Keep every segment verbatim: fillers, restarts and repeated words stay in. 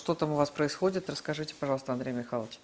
что там у вас происходит? Расскажите, пожалуйста, Андрей Михайлович.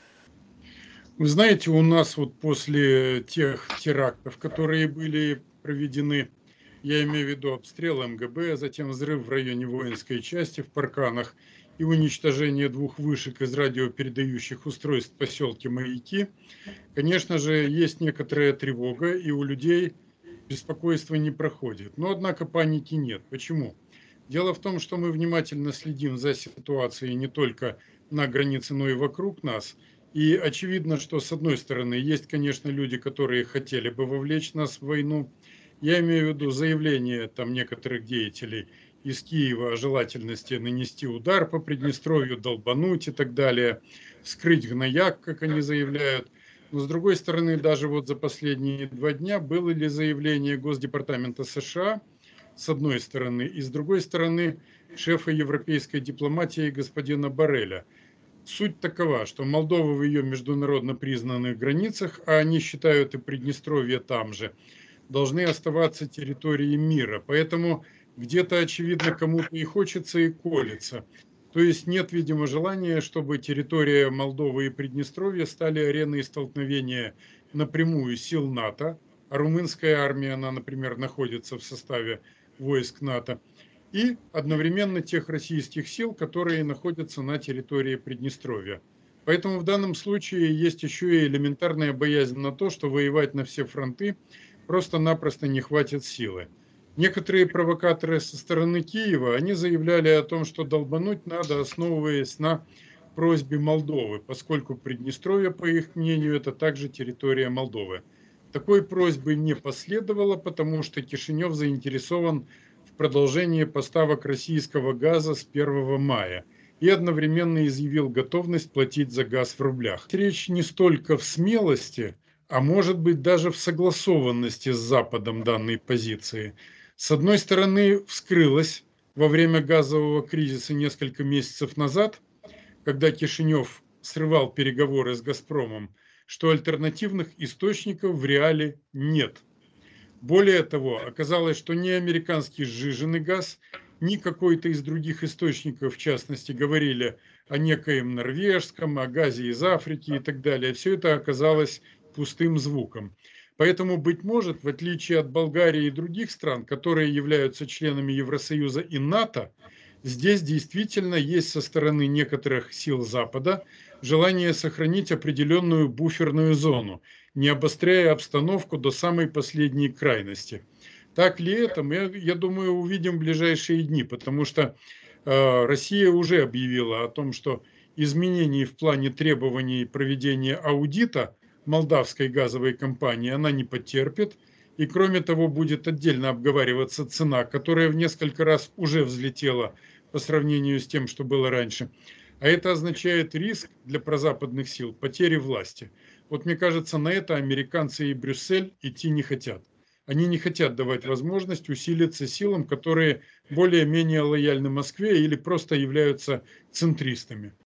Вы знаете, у нас вот после тех терактов, которые были проведены, я имею в виду обстрел МГБ, затем взрыв в районе воинской части в Парканах и уничтожение двух вышек из радиопередающих устройств в поселке Маяки, конечно же, есть некоторая тревога, и у людей беспокойство не проходит. Но, однако, паники нет. Почему? Дело в том, что мы внимательно следим за ситуацией не только на границе, но и вокруг нас. И очевидно, что с одной стороны есть, конечно, люди, которые хотели бы вовлечь нас в войну. Я имею в виду заявление там некоторых деятелей из Киева о желательности нанести удар по Приднестровью, долбануть и так далее, вскрыть гнояк, как они заявляют. Но с другой стороны, даже вот за последние два дня было ли заявление Госдепартамента США, с одной стороны, и с другой стороны, шефа европейской дипломатии господина Борреля. Суть такова, что Молдова в ее международно признанных границах, а они считают и Приднестровье там же, должны оставаться территорией мира. Поэтому где-то, очевидно, кому-то и хочется, и колется. То есть нет, видимо, желания, чтобы территория Молдовы и Приднестровья стали ареной столкновения напрямую сил НАТО, а румынская армия, она, например, находится в составе войск НАТО, и одновременно тех российских сил, которые находятся на территории Приднестровья. Поэтому в данном случае есть еще и элементарная боязнь на то, что воевать на все фронты просто-напросто не хватит силы. Некоторые провокаторы со стороны Киева, они заявляли о том, что долбануть надо, основываясь на просьбе Молдовы, поскольку Приднестровье, по их мнению, это также территория Молдовы. Такой просьбы не последовало, потому что Кишинев заинтересован в продолжении поставок российского газа с первого мая и одновременно изъявил готовность платить за газ в рублях. Речь не столько в смелости, а может быть даже в согласованности с Западом данной позиции. С одной стороны, вскрылось во время газового кризиса несколько месяцев назад, когда Кишинев срывал переговоры с «Газпромом», что альтернативных источников в реале нет. Более того, оказалось, что ни американский сжиженный газ, ни какой-то из других источников, в частности, говорили о некоем норвежском, о газе из Африки и так далее. Все это оказалось пустым звуком. Поэтому, быть может, в отличие от Болгарии и других стран, которые являются членами Евросоюза и НАТО, здесь действительно есть со стороны некоторых сил Запада желание сохранить определенную буферную зону, не обостряя обстановку до самой последней крайности. Так ли это, мы, я думаю, увидим в ближайшие дни, потому что э, Россия уже объявила о том, что изменений в плане требований проведения аудита молдавской газовой компании она не потерпит. И кроме того, будет отдельно обговариваться цена, которая в несколько раз уже взлетела по сравнению с тем, что было раньше. А это означает риск для прозападных сил потери власти. Вот мне кажется, на это американцы и Брюссель идти не хотят. Они не хотят давать возможность усилиться силам, которые более-менее лояльны Москве или просто являются центристами.